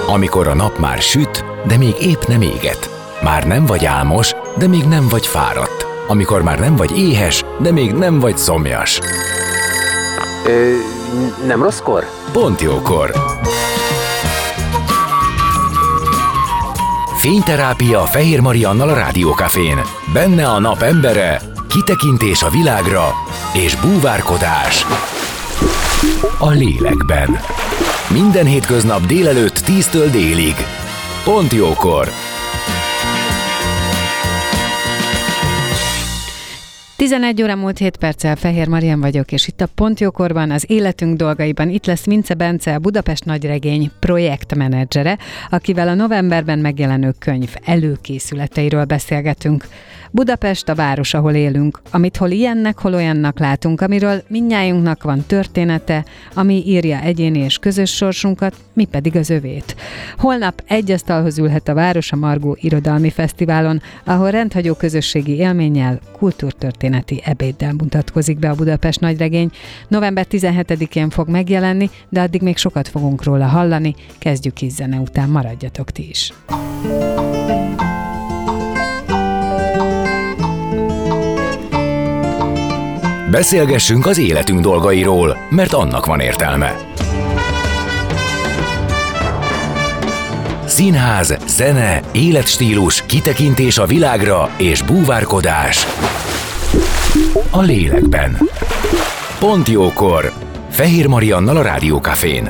Amikor a nap már süt, de még épp nem éget. Már nem vagy álmos, de még nem vagy fáradt. Amikor már nem vagy éhes, de még nem vagy szomjas. Nem rosszkor? Pont jókor. Fényterápia Fehér Mariannal a Rádiókafén. Benne a nap embere, kitekintés a világra és búvárkodás a lélekben. Minden hétköznap délelőtt 10-től délig. Pont jókor. 11 óra múlt 7 perccel, Fehér Marian vagyok, és itt a Pont Jókorban, az életünk dolgaiban itt lesz Vince Bence, a Budapest Nagyregény projektmenedzsere, akivel a novemberben megjelenő könyv előkészületeiről beszélgetünk. Budapest a város, ahol élünk, amit hol ilyennek, hol olyannak látunk, amiről mindnyájunknak van története, ami írja egyéni és közös sorsunkat, mi pedig az övét. Holnap egy asztalhoz ülhet a város a Margó Irodalmi Fesztiválon, ahol rendhagyó közösségi élménnyel, kultúrtörténeti ebéddel mutatkozik be a Budapest Nagyregény. November 17-én fog megjelenni, de addig még sokat fogunk róla hallani. Kezdjük kis zene után, maradjatok ti is! Beszélgessünk az életünk dolgairól, mert annak van értelme. Színház, zene, életstílus, kitekintés a világra és búvárkodás a lélekben. Pont jókor. Fehér Mariannal a Rádiókafén.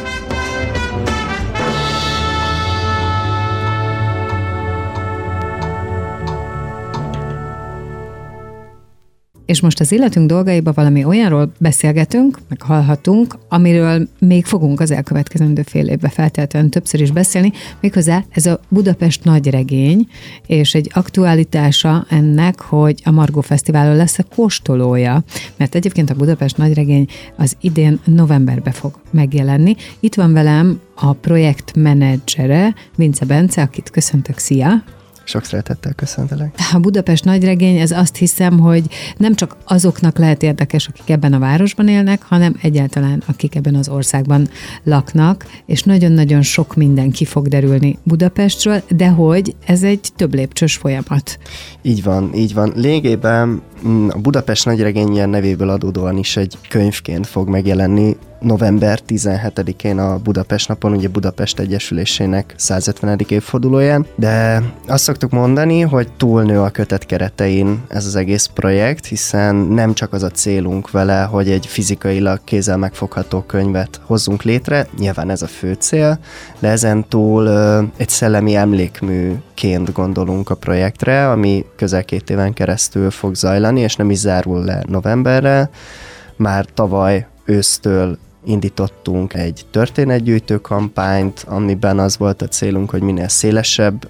És most az életünk dolgaiba valami olyanról beszélgetünk, meg hallhatunk, amiről még fogunk az elkövetkezendő fél évben feltétlenül többször is beszélni, méghozzá ez a Budapest Nagyregény, és egy aktualitása ennek, hogy a Margó Fesztiválon lesz a kóstolója, mert egyébként a Budapest Nagyregény az idén novemberben fog megjelenni. Itt van velem a projektmenedzsere, Vince Bence, akit köszöntök, szia! Sok szeretettel köszöntelek. A Budapest Nagyregény, ez azt hiszem, hogy nem csak azoknak lehet érdekes, akik ebben a városban élnek, hanem egyáltalán akik ebben az országban laknak, és nagyon-nagyon sok minden ki fog derülni Budapestről, de hogy ez egy több lépcsős folyamat. Így van, így van. Lényegében a Budapest Nagyregény ilyen nevéből adódóan is egy könyvként fog megjelenni november 17-én a Budapest napon, ugye Budapest Egyesülésének 150. évfordulóján, de azt szoktuk mondani, hogy túlnő a kötet keretein ez az egész projekt, hiszen nem csak az a célunk vele, hogy egy fizikailag kézzel megfogható könyvet hozzunk létre, nyilván ez a fő cél, de ezen túl egy szellemi emlékműként gondolunk a projektre, ami közel 2 éven keresztül fog zajlani, és nem is zárul le novemberre. Már tavaly ősztől indítottunk egy történetgyűjtő kampányt, amiben az volt a célunk, hogy minél szélesebb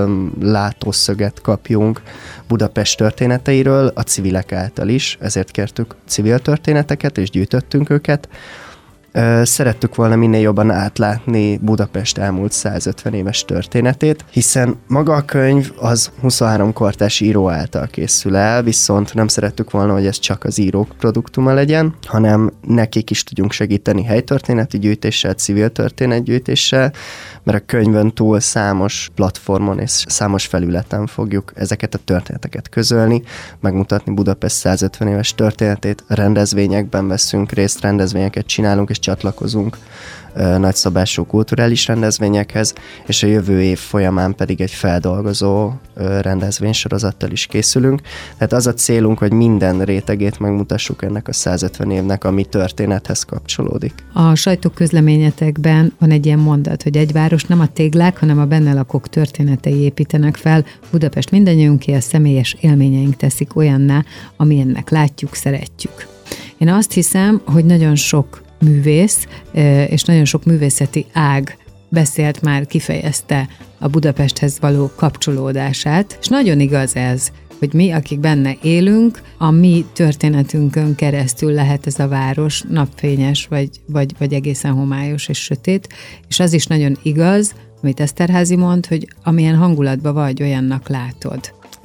látószöget kapjunk Budapest történeteiről, a civilek által is, ezért kértük civil történeteket, és gyűjtöttünk őket. Szerettük volna minél jobban átlátni Budapest elmúlt 150 éves történetét, hiszen maga a könyv az 23 kortárs író által készül el, viszont nem szerettük volna, hogy ez csak az írók produktuma legyen, hanem nekik is tudjunk segíteni helytörténeti gyűjtéssel, civil történetgyűjtéssel, mert a könyvön túl számos platformon és számos felületen fogjuk ezeket a történeteket közölni, megmutatni Budapest 150 éves történetét, rendezvényekben veszünk részt, rendezvényeket csinálunk és csatlakozunk nagyszabású kulturális rendezvényekhez, és a jövő év folyamán pedig egy feldolgozó rendezvénysorozattal is készülünk. Tehát az a célunk, hogy minden rétegét megmutassuk ennek a 150 évnek, ami történethez kapcsolódik. A sajtóközleményetekben van egy ilyen mondat, hogy egy város nem a téglák, hanem a benne lakók történetei építenek fel. Budapest mindannyiunké, a személyes élményeink teszik olyanná, amilyennek látjuk, szeretjük. Én azt hiszem, hogy nagyon sok művész és nagyon sok művészeti ág beszélt már, kifejezte a Budapesthez való kapcsolódását, és nagyon igaz ez, hogy mi, akik benne élünk, a mi történetünkön keresztül lehet ez a város napfényes, vagy egészen homályos és sötét, és az is nagyon igaz, amit Eszterházy mond, hogy amilyen hangulatban vagy, olyannak látod.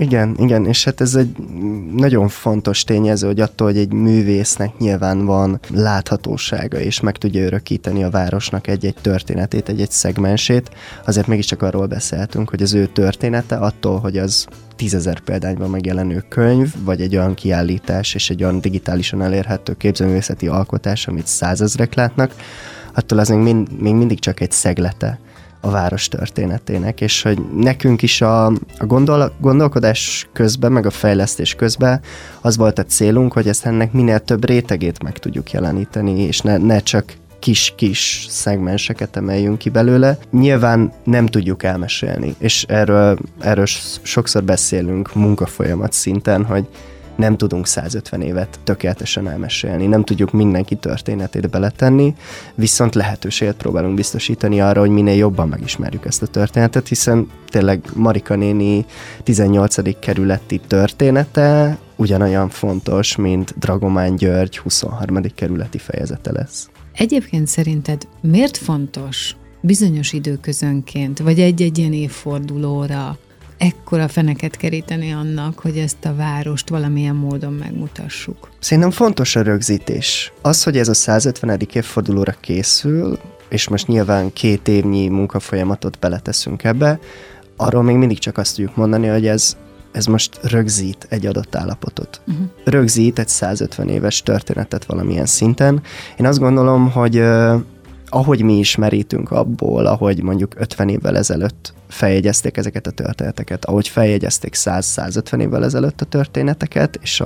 Igen, és hát ez egy nagyon fontos tényező, hogy attól, hogy egy művésznek nyilván van láthatósága, és meg tudja örökíteni a városnak egy-egy történetét, egy-egy szegmensét, azért mégiscsak arról beszéltünk, hogy az ő története attól, hogy az 10 000 példányban megjelenő könyv, vagy egy olyan kiállítás, és egy olyan digitálisan elérhető képzőművészeti alkotás, amit 100 000-ek látnak, attól az még mindig csak egy szeglete a város történetének, és hogy nekünk is a gondolkodás közben, meg a fejlesztés közben az volt a célunk, hogy ezt ennek minél több rétegét meg tudjuk jeleníteni, és ne csak kis-kis szegmenseket emeljünk ki belőle. Nyilván nem tudjuk elmesélni, és erről sokszor beszélünk munkafolyamat szinten, hogy nem tudunk 150 évet tökéletesen elmesélni, nem tudjuk mindenki történetét beletenni, viszont lehetőséget próbálunk biztosítani arra, hogy minél jobban megismerjük ezt a történetet, hiszen tényleg Marika néni 18. kerületi története ugyanolyan fontos, mint Dragomán György 23. kerületi fejezete lesz. Egyébként szerinted miért fontos bizonyos időközönként, vagy egy-egy ilyen évfordulóra ekkora feneket keríteni annak, hogy ezt a várost valamilyen módon megmutassuk? Szerintem fontos a rögzítés. Az, hogy ez a 150. évfordulóra készül, és most nyilván 2 évnyi munkafolyamatot beleteszünk ebbe, arról még mindig csak azt tudjuk mondani, hogy ez most rögzít egy adott állapotot. Rögzít egy 150 éves történetet valamilyen szinten. Én azt gondolom, hogy ahogy mi is merítünk abból, ahogy mondjuk 50 évvel ezelőtt feljegyezték ezeket a történeteket, ahogy feljegyezték 100-150 évvel ezelőtt a történeteket, és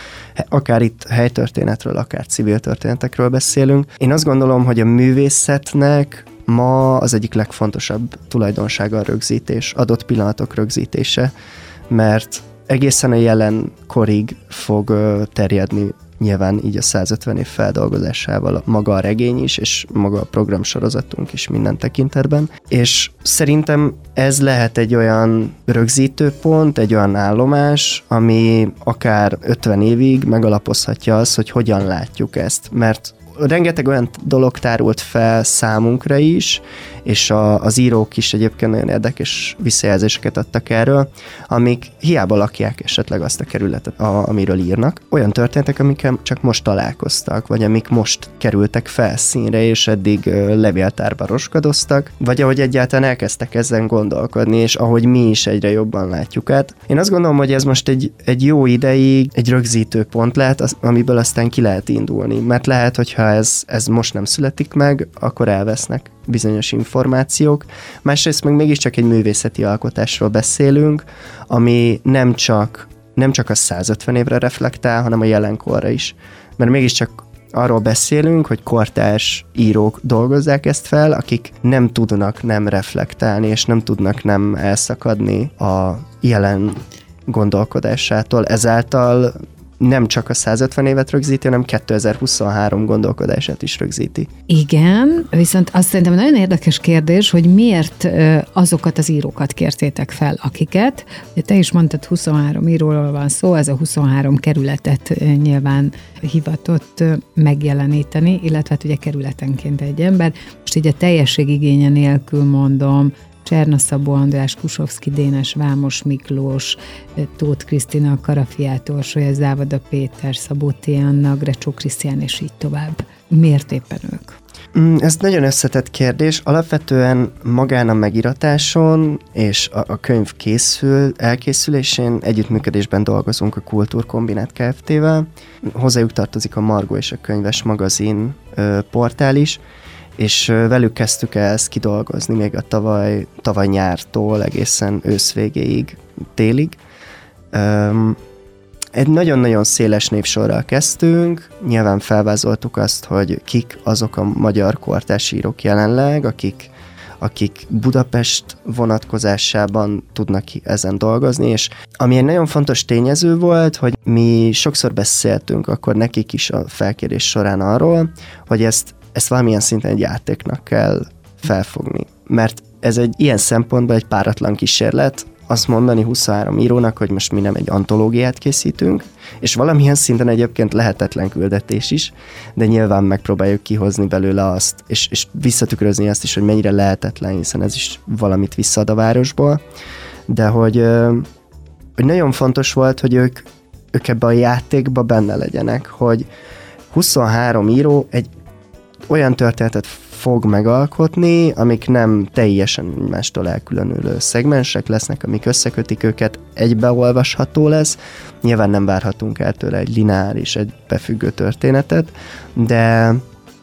akár itt helytörténetről, akár civil történetekről beszélünk. Én azt gondolom, hogy a művészetnek ma az egyik legfontosabb tulajdonsága a rögzítés, adott pillanatok rögzítése, mert egészen a jelen korig fog terjedni nyilván így a 150 év feldolgozásával maga a regény is, és maga a programsorozatunk is minden tekintetben. És szerintem ez lehet egy olyan rögzítőpont, egy olyan állomás, ami akár 50 évig megalapozhatja azt, hogy hogyan látjuk ezt. Mert rengeteg olyan dolog tárult fel számunkra is, és az írók is egyébként nagyon érdekes visszajelzéseket adtak erről, amik hiába lakják esetleg azt a kerületet, amiről írnak. Olyan történetek, amikkel csak most találkoztak, vagy amik most kerültek felszínre, és eddig levéltárba roskadoztak, vagy ahogy egyáltalán elkezdtek ezen gondolkodni, és ahogy mi is egyre jobban látjuk át. Én azt gondolom, hogy ez most egy jó ideig egy rögzítő pont lehet, amiből aztán ki lehet indulni, mert lehet, hogyha ez most nem születik meg, akkor elvesznek bizonyos információk. Másrészt meg mégiscsak egy művészeti alkotásról beszélünk, ami nem csak a 150 évre reflektál, hanem a jelenkorra is. Mert mégiscsak arról beszélünk, hogy kortárs írók dolgozzák ezt fel, akik nem tudnak nem reflektálni, és nem tudnak nem elszakadni a jelen gondolkodásától. Ezáltal nem csak a 150 évet rögzíti, hanem 2023 gondolkodását is rögzíti. Igen, viszont azt szerintem nagyon érdekes kérdés, hogy miért azokat az írókat kértétek fel, akiket. Te is mondtad, 23 íróról van szó, ez a 23 kerületet nyilván hivatott megjeleníteni, illetve ugye kerületenként egy ember. Most így a teljesség igénye nélkül mondom, Cserna Szabó András, Kusovszki Dénes, Vámos Miklós, Tóth Krisztina, Karafiát Orsolya, Závada Péter, Szabó T. Anna, Grecsó Krisztián, és így tovább. Miért éppen ők? Ez nagyon összetett kérdés. Alapvetően magán a megíratáson és a könyv elkészülésén együttműködésben dolgozunk a Kultúrkombinát Kft-vel. Hozzájuk tartozik a Margó és a Könyves magazin portál is, és velük kezdtük ezt kidolgozni még a tavaly nyártól egészen ősz végéig, télig. Egy nagyon-nagyon széles névsorral kezdtünk, nyilván felvázoltuk azt, hogy kik azok a magyar kortárs írók jelenleg, akik Budapest vonatkozásában tudnak ezen dolgozni, és ami egy nagyon fontos tényező volt, hogy mi sokszor beszéltünk akkor nekik is a felkérés során arról, hogy ezt valamilyen szinten egy játéknak kell felfogni. Mert ez egy ilyen szempontból egy páratlan kísérlet, azt mondani 23 írónak, hogy most mi nem egy antológiát készítünk, és valamilyen szinten egyébként lehetetlen küldetés is, de nyilván megpróbáljuk kihozni belőle azt, és visszatükrözni azt is, hogy mennyire lehetetlen, hiszen ez is valamit visszaad a városból, de hogy nagyon fontos volt, hogy ők ebbe a játékba benne legyenek, hogy 23 író egy olyan történetet fog megalkotni, amik nem teljesen egymástól elkülönülő szegmensek lesznek, amik összekötik őket, egybeolvasható lesz. Nyilván nem várhatunk el tőle egy lineáris, egy befüggő történetet, de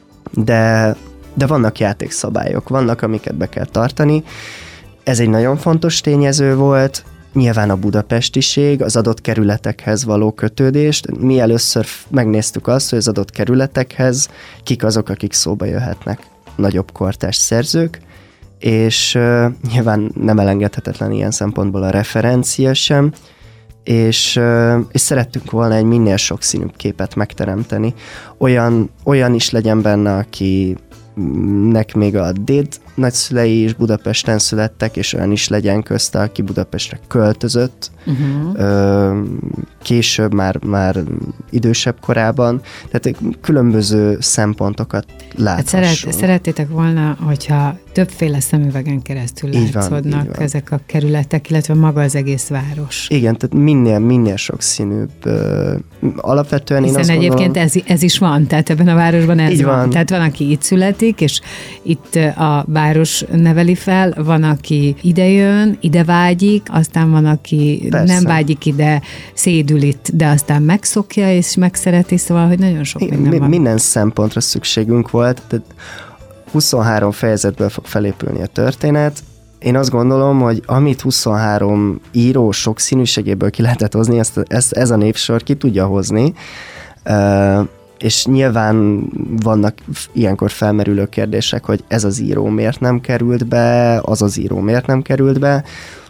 vannak játékszabályok, vannak, amiket be kell tartani. Ez egy nagyon fontos tényező volt, nyilván a budapestiség, az adott kerületekhez való kötődést. Mi először megnéztük azt, hogy az adott kerületekhez kik azok, akik szóba jöhetnek, nagyobb kortárs szerzők, és nyilván nem elengedhetetlen ilyen szempontból a referencia sem, és szerettünk volna egy minél sokszínűbb képet megteremteni. Olyan is legyen benne, akinek még a déd nagyszülei is Budapesten születtek, és olyan is legyen közte, aki Budapestre költözött, később, már idősebb korában. Tehát különböző szempontokat láthassunk. Szerettétek volna, hogyha többféle szemüvegen keresztül látszódnak ezek a kerületek, illetve maga az egész város. Igen, tehát minél sokszínűbb. Alapvetően hiszen én azt egyébként gondolom, ez is van, tehát ebben a városban ez van. Tehát van, aki itt születik, és itt a város neveli fel, van, aki idejön, ide vágyik, aztán van, aki nem vágyik ide, szédül itt, de aztán megszokja és megszereti, szóval, hogy nagyon sok minden van. Minden szempontra szükségünk volt, tehát 23 fejezetből fog felépülni a történet. Én azt gondolom, hogy amit 23 író sokszínűségéből ki lehetett hozni, ez a népsor ki tudja hozni, és nyilván vannak ilyenkor felmerülő kérdések, hogy ez az író miért nem került be, az az író miért nem került be.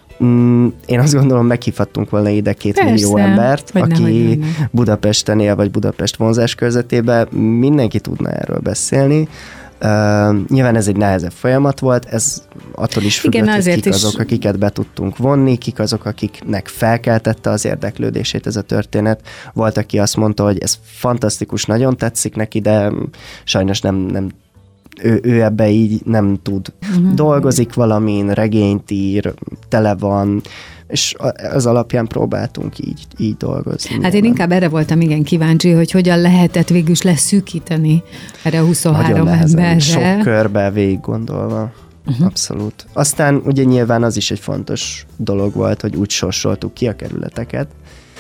Én azt gondolom, meghívhattunk volna ide 2 millió embert, aki Budapesten él, vagy Budapest vonzás körzetében, mindenki tudna erről beszélni. Nyilván ez egy nehezebb folyamat volt, ez attól is függött, hogy kik azok, akiket be tudtunk vonni, kik azok, akiknek felkeltette az érdeklődését ez a történet. Volt, aki azt mondta, hogy ez fantasztikus, nagyon tetszik neki, de sajnos nem ő ebbe így nem tud. Dolgozik valamin, regényt ír, tele van, és az alapján próbáltunk így dolgozni. Hát én inkább erre voltam igen kíváncsi, hogy hogyan lehetett végül is leszűkíteni erre a 23 emberre. Sok körbe végig gondolva. Abszolút. Aztán ugye nyilván az is egy fontos dolog volt, hogy úgy sorsoltuk ki a kerületeket,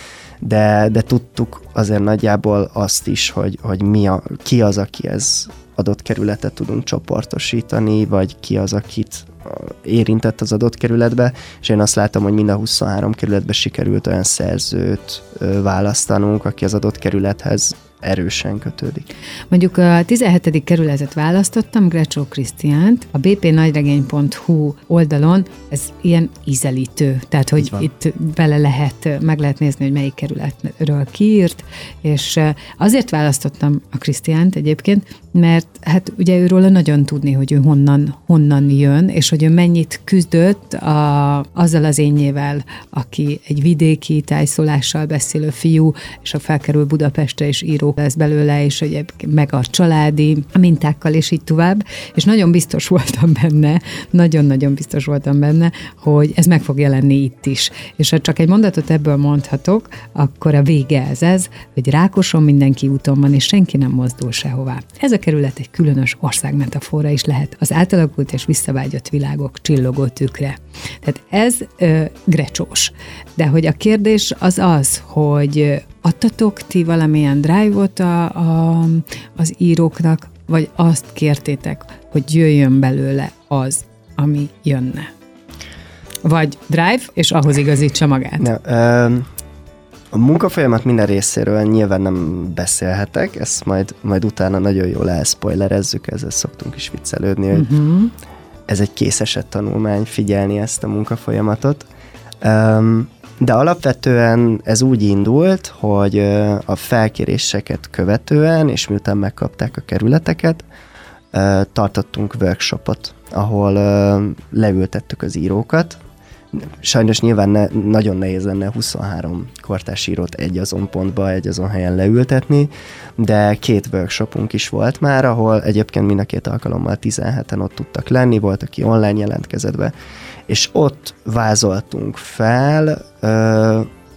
de tudtuk azért nagyjából azt is, hogy ki az, aki ez adott kerületet tudunk csoportosítani, vagy ki az, akit érintett az adott kerületbe, és én azt látom, hogy mind a 23 kerületbe sikerült olyan szerzőt választanunk, aki az adott kerülethez erősen kötődik. Mondjuk a 17. kerületet választottam, Grecsó Krisztiánt, a bpnagyregény.hu oldalon ez ilyen ízelítő, tehát hogy itt meg lehet nézni, hogy melyik kerületről kiírt, és azért választottam a Krisztiánt egyébként, mert hát ugye őről nagyon tudni, hogy ő honnan jön, és hogy ő mennyit küzdött azzal az énnyével, aki egy vidéki tájszólással beszélő fiú, és a felkerül Budapestre, és író lesz belőle, és hogy meg a családi mintákkal, és így tovább, és nagyon biztos voltam benne, nagyon-nagyon biztos voltam benne, hogy ez meg fog jelenni itt is. És ha csak egy mondatot ebből mondhatok, akkor a vége ez, hogy Rákoson mindenki úton van, és senki nem mozdul sehová. Ez a kerület egy különös országmetafora is lehet. Az átalakult és visszavágyott világok csillogó tükre. Tehát ez grecsós. De hogy a kérdés az, hogy adtatok ti valamilyen drive-ot az íróknak, vagy azt kértétek, hogy jöjjön belőle az, ami jönne? Vagy drive, és ahhoz igazítsa magát? A munkafolyamat minden részéről nyilván nem beszélhetek, ezt majd utána nagyon jól elszpoilerezzük, ezzel szoktunk is viccelődni, hogy ez egy készeset tanulmány, figyelni ezt a munkafolyamatot. De alapvetően ez úgy indult, hogy a felkéréseket követően, és miután megkapták a kerületeket, tartottunk workshopot, ahol leültettük az írókat. Sajnos nyilván nagyon nehéz lenne 23 kortárs írót egy azon pontba, egy azon helyen leültetni, de 2 workshopunk is volt már, ahol egyébként mind a 2 alkalommal 17-en ott tudtak lenni, volt, aki online jelentkezett be, és ott vázoltunk fel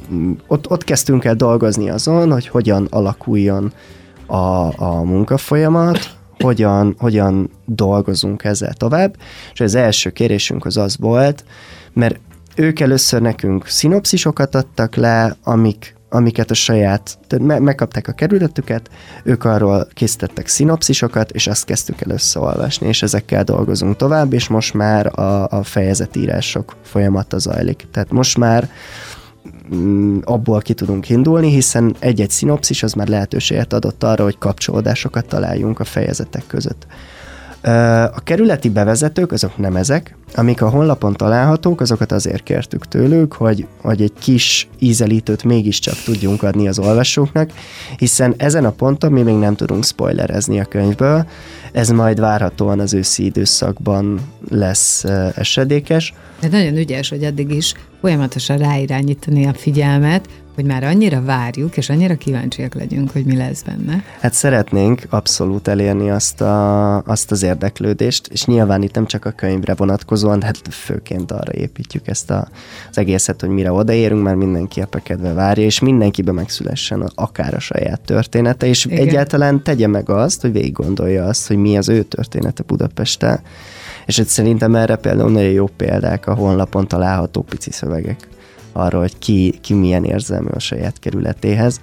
ott kezdtünk el dolgozni azon, hogy hogyan alakuljon a munkafolyamat, hogyan dolgozunk ezzel tovább, és az első kérésünk az volt, mert ők először nekünk szinopszisokat adtak le, amiket a saját, tehát megkapták a kerületüket, ők arról készítettek szinopszisokat, és azt kezdtük el összeolvasni, és ezekkel dolgozunk tovább, és most már a fejezetírások folyamata zajlik. Tehát most már abból ki tudunk indulni, hiszen egy-egy szinopszis az már lehetőséget adott arra, hogy kapcsolódásokat találjunk a fejezetek között. A kerületi bevezetők, azok nem ezek, amik a honlapon találhatók, azokat azért kértük tőlük, hogy egy kis ízelítőt mégiscsak tudjunk adni az olvasóknak, hiszen ezen a ponton mi még nem tudunk spoilerezni a könyvből, ez majd várhatóan az őszi időszakban lesz esedékes. De nagyon ügyes, hogy addig is folyamatosan ráirányítani a figyelmet, hogy már annyira várjuk, és annyira kíváncsiak legyünk, hogy mi lesz benne. Hát szeretnénk abszolút elérni azt az érdeklődést, és nyilván itt nem csak a könyvre vonatkozóan, hát főként arra építjük ezt az egészet, hogy mire odaérünk, mert mindenki epekedve várja, és mindenkiben megszülessen akár a saját története, és igen, egyáltalán tegye meg azt, hogy végig gondolja azt, hogy mi az ő története Budapesten. És szerintem erre például nagyon jó példák a honlapon található pici szövegek arról, hogy ki milyen érzelmű a saját kerületéhez.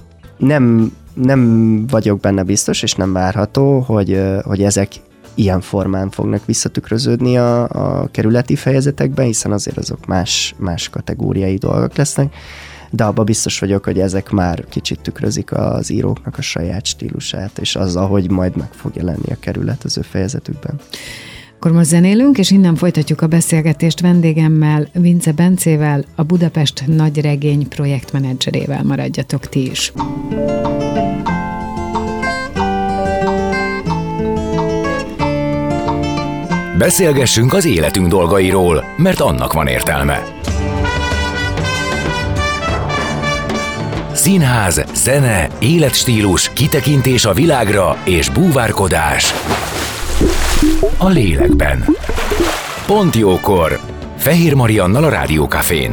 Nem vagyok benne biztos, és nem várható, hogy ezek ilyen formán fognak visszatükröződni a kerületi fejezetekben, hiszen azért azok más kategóriai dolgok lesznek, de abban biztos vagyok, hogy ezek már kicsit tükrözik az íróknak a saját stílusát, és az, ahogy majd meg fog jelenni a kerület az ő fejezetükben. Akkor most zenélünk, és innen folytatjuk a beszélgetést vendégemmel, Vince Bencével, a Budapest Nagyregény projektmenedzserével. Maradjatok ti is. Beszélgessünk az életünk dolgairól, mert annak van értelme. Színház, zene, életstílus, kitekintés a világra és búvárkodás a lélekben. Pont jókor! Fehér Mariannal a Rádió Cafén.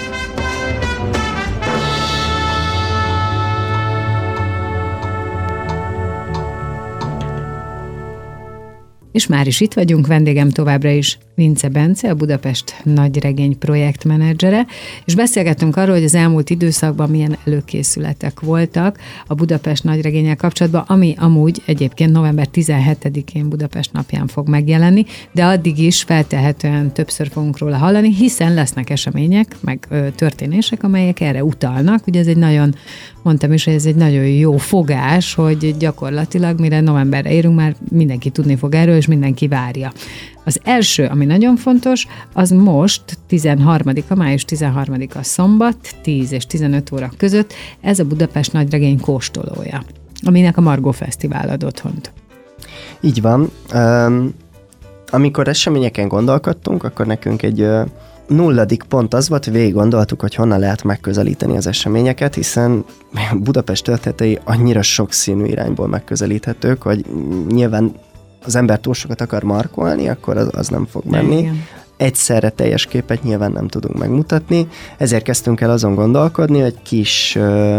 És már is itt vagyunk, vendégem továbbra is Vince Bence, a Budapest Nagyregény projektmenedzsere, és beszélgettünk arról, hogy az elmúlt időszakban milyen előkészületek voltak a Budapest Nagyregénnyel kapcsolatban, ami amúgy egyébként november 17-én Budapest napján fog megjelenni, de addig is feltehetően többször fogunk róla hallani, hiszen lesznek események, meg történések, amelyek erre utalnak. Ugye ez egy nagyon, mondtam is, hogy ez egy nagyon jó fogás, hogy gyakorlatilag mire novemberre érünk, már mindenki tudni fog erről, és mindenki várja. Az első, ami nagyon fontos, az most május 13-a szombat, 10 és 15 óra között, ez a Budapest Nagyregény kóstolója, aminek a Margó Fesztivál ad otthont. Így van. Amikor eseményeken gondolkodtunk, akkor nekünk egy nulladik pont az volt, hogy végig gondoltuk, hogy honnan lehet megközelíteni az eseményeket, hiszen Budapest történetei annyira sokszínű irányból megközelíthetők, hogy nyilván az ember túl sokat akar markolni, akkor az nem fog menni. Igen. Egyszerre teljes képet nyilván nem tudunk megmutatni, ezért kezdtünk el azon gondolkodni, hogy kis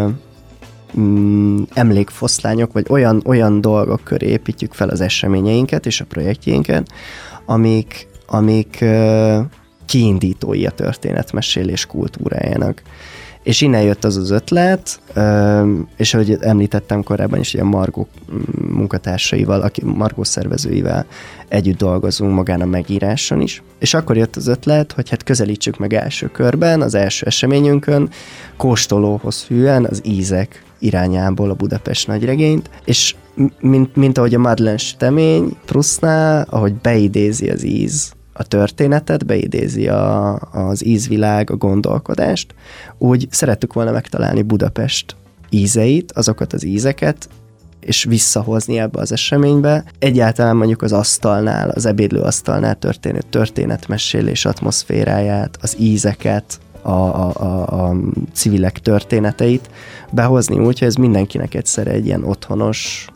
emlékfoszlányok, vagy olyan dolgok köré építjük fel az eseményeinket és a projektjeinket, amik kiindítói a történetmesélés kultúrájának. És innen jött az ötlet, és ahogy említettem korábban is, hogy a Margó munkatársaival, Margó szervezőivel együtt dolgozunk magán a megíráson is. És akkor jött az ötlet, hogy hát közelítsük meg első körben, az első eseményünkön, kóstolóhoz hűen az ízek irányából a Budapest Nagyregényt, és mint ahogy a Madeleine sütemény Proustnál, ahogy beidézi az íz a történetet, beidézi az ízvilág, a gondolkodást, úgy szerettük volna megtalálni Budapest ízeit, azokat az ízeket, és visszahozni ebbe az eseménybe. Egyáltalán mondjuk az asztalnál, az ebédlőasztalnál történő történetmesélés atmoszféráját, az ízeket, a civilek történeteit behozni úgy, hogy ez mindenkinek egyszerre egy ilyen otthonos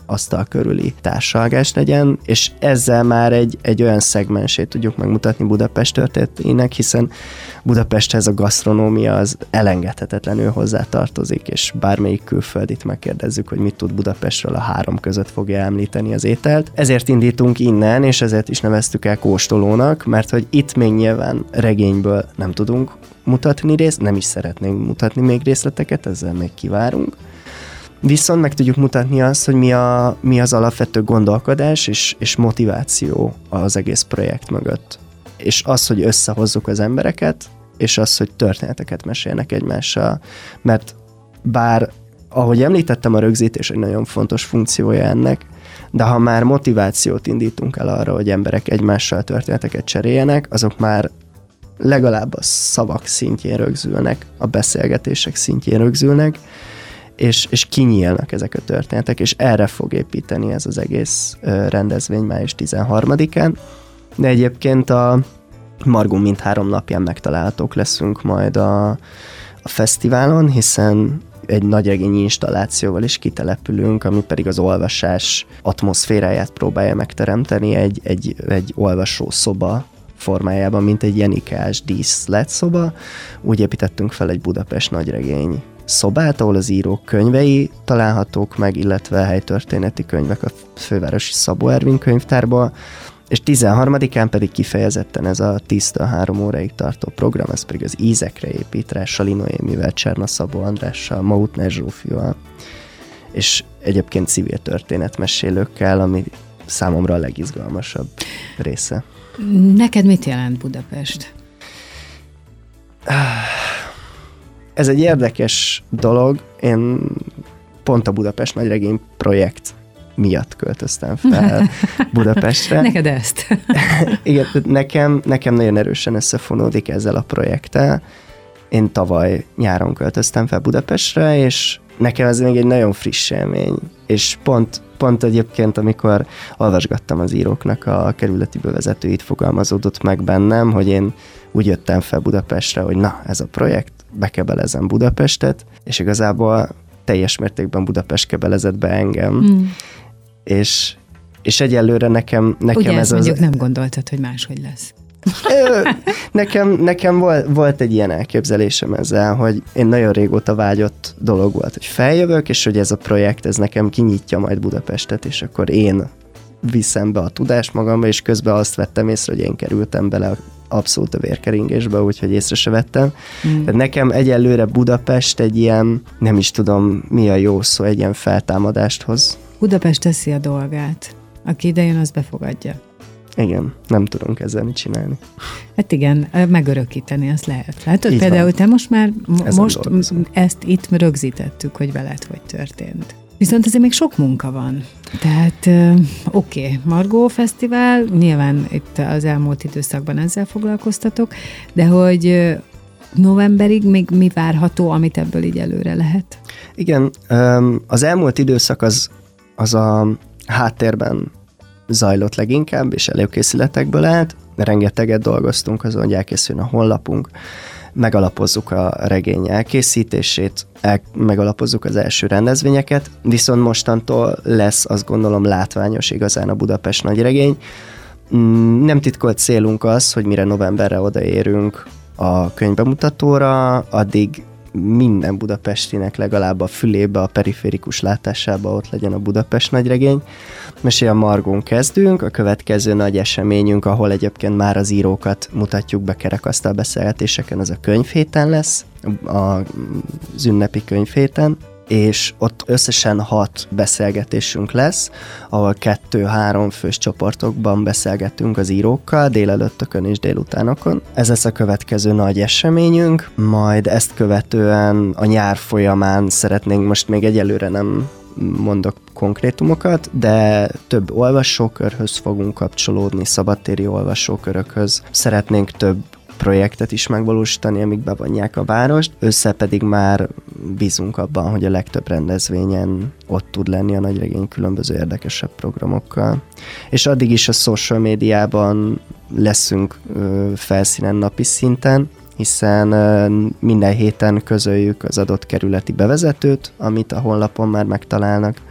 asztal körüli társalgás legyen, és ezzel már egy olyan szegmensét tudjuk megmutatni Budapest történetének, hiszen Budapesthez a gasztronómia az elengedhetetlenül hozzátartozik, és bármelyik külföldit megkérdezzük, hogy mit tud Budapestről, a 3 között fogja említeni az ételt. Ezért indítunk innen, és ezért is neveztük el kóstolónak, mert hogy itt még nyilván regényből nem tudunk mutatni részt, nem is szeretnénk mutatni még részleteket, ezzel még kivárunk. Viszont meg tudjuk mutatni azt, hogy mi az alapvető gondolkodás és motiváció az egész projekt mögött. És az, hogy összehozzuk az embereket, és az, hogy történeteket mesélnek egymással. Mert bár, ahogy említettem, a rögzítés egy nagyon fontos funkciója ennek, de ha már motivációt indítunk el arra, hogy emberek egymással történeteket cseréljenek, azok már legalább a szavak szintjén rögzülnek, a beszélgetések szintjén rögzülnek, és kinyílnak ezek a történetek, és erre fog építeni ez az egész rendezvény május 13-án. De egyébként a Margón mindhárom napján megtalálhatók leszünk majd a fesztiválon, hiszen egy nagyregényi installációval is kitelepülünk, ami pedig az olvasás atmoszféráját próbálja megteremteni egy olvasószoba formájában, mint egy jenikás díszletszoba. Úgy építettünk fel egy Budapest nagyregény szobát, ahol az írók könyvei találhatók meg, illetve helytörténeti könyvek a fővárosi Szabó Ervin könyvtárból, és 13-án pedig kifejezetten ez a 10-től 3 óráig tartó program, ez pedig az ízekre épít rá, Sali Noémivel, Cserna Szabó Andrással, Mautner Zsófival, és egyébként civil történetmesélőkkel, ami számomra a legizgalmasabb része. Neked mit jelent Budapest? Ez egy érdekes dolog. Én pont a Budapest nagyregény projekt miatt költöztem fel Budapestre. Neked ezt? Igen, nekem nagyon erősen összefonódik ezzel a projekttel. Én tavaly nyáron költöztem fel Budapestre, és nekem ez még egy nagyon friss élmény. És pont egyébként, amikor olvasgattam az íróknak a kerületi bevezetőit, fogalmazódott meg bennem, hogy én úgy jöttem fel Budapestre, hogy na, ez a projekt, bekebelezem Budapestet, és igazából teljes mértékben Budapest kebelezett be engem. És egyelőre nekem ugye ez mondjuk nem gondoltad, hogy máshogy lesz. Nekem volt egy ilyen elképzelésem ezzel, hogy én nagyon régóta vágyott dolog volt, hogy feljövök, és hogy ez a projekt, ez nekem kinyitja majd Budapestet, és akkor én viszem be a tudást magamba, és közben azt vettem észre, hogy én kerültem bele abszolút a vérkeringésbe, úgyhogy észre se vettem. Tehát nekem egyelőre Budapest egy ilyen, nem is tudom mi a jó szó, egy ilyen feltámadást hoz. Budapest teszi a dolgát. Aki idejön, az befogadja. Igen, nem tudunk ezzel mit csinálni. Hát igen, megörökíteni azt lehet. Látod, így például van. te most dolgozunk. ezt itt rögzítettük, hogy veled hogy történt. Viszont azért még sok munka van. Tehát oké, Margó Fesztivál, nyilván itt az elmúlt időszakban ezzel foglalkoztatok, de hogy novemberig még mi várható, amit ebből így előre lehet? Igen, az elmúlt időszak az a háttérben zajlott leginkább, és előkészületekből állt. Rengeteget dolgoztunk azon, hogy elkészüljön a honlapunk, megalapozzuk a regény elkészítését, megalapozzuk az első rendezvényeket, viszont mostantól lesz, azt gondolom, látványos igazán a Budapest nagyregény. Nem titkolt célunk az, hogy mire novemberre odaérünk a könyvbemutatóra, addig minden budapestinek legalább a fülébe, a periférikus látásába ott legyen a Budapest nagyregény. Most a Margón kezdünk, a következő nagy eseményünk, ahol egyébként már az írókat mutatjuk be kerekasztal beszélgetéseken, az a könyvhéten lesz, az ünnepi könyvhéten, és ott összesen 6 beszélgetésünk lesz, ahol 2-3 fős csoportokban beszélgetünk az írókkal, délelőttökön és délutánokon. Ez lesz a következő nagy eseményünk, majd ezt követően a nyár folyamán szeretnénk, most még egyelőre nem mondok konkrétumokat, de több olvasókörhöz fogunk kapcsolódni, szabadtéri olvasókörökhöz. Szeretnénk több projektet is megvalósítani, amik bevonják a várost. Össze pedig már bízunk abban, hogy a legtöbb rendezvényen ott tud lenni a nagyregény különböző érdekesebb programokkal. És addig is a social médiában leszünk felszínen napi szinten, hiszen minden héten közöljük az adott kerületi bevezetőt, amit a honlapon már megtalálnak,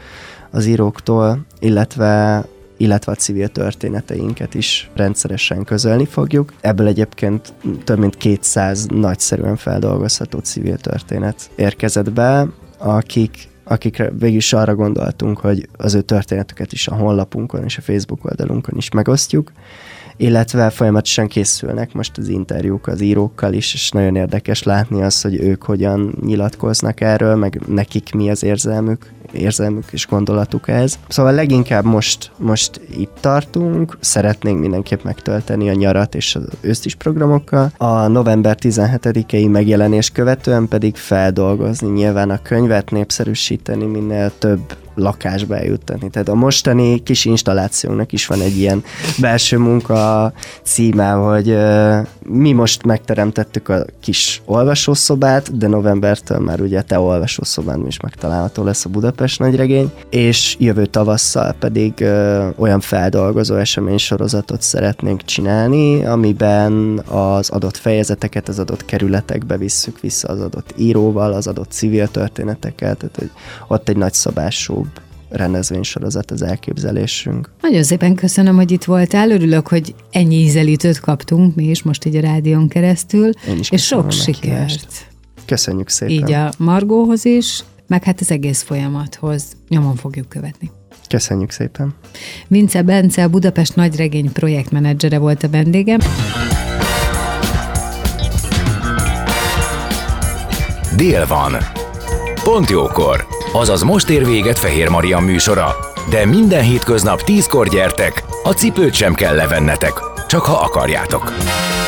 az íróktól, illetve a civil történeteinket is rendszeresen közölni fogjuk. Ebből egyébként több mint 200 nagyszerűen feldolgozható civil történet érkezett be, akikre végül is arra gondoltunk, hogy az ő történetüket is a honlapunkon és a Facebook oldalunkon is megosztjuk, illetve folyamatosan készülnek most az interjúk az írókkal is, és nagyon érdekes látni azt, hogy ők hogyan nyilatkoznak erről, meg nekik mi az érzelmük és gondolatuk ez. Szóval leginkább most itt tartunk, szeretnénk mindenképp megtölteni a nyarat és az ősztis programokkal. A november 17-i megjelenés követően pedig feldolgozni nyilván a könyvet, népszerűsíteni, minél több lakásba eljuttatni. Tehát a mostani kis installációnak is van egy ilyen belső munka címe, hogy mi most megteremtettük a kis olvasószobát, de novembertől már ugye te olvasószobán is megtalálható lesz a Budapest Nagyregény, és jövő tavasszal pedig olyan feldolgozó eseménysorozatot szeretnénk csinálni, amiben az adott fejezeteket az adott kerületekbe visszük vissza az adott íróval, az adott civil történetekkel, tehát hogy ott egy nagyszabású rendezvénysorozat az elképzelésünk. Nagyon szépen köszönöm, hogy itt voltál. Örülök, hogy ennyi ízelítőt kaptunk mi is most így a rádión keresztül. És sok sikert. Köszönjük szépen. Így a Margóhoz is, meg hát az egész folyamathoz nyomon fogjuk követni. Köszönjük szépen. Vince Bence, a Budapest Nagyregény projektmenedzsere volt a vendégem. Dél van. Pont jókor. Azaz most ér véget Fehér Marian műsora. De minden hétköznap 10-kor gyertek, a cipőt sem kell levennetek, csak ha akarjátok.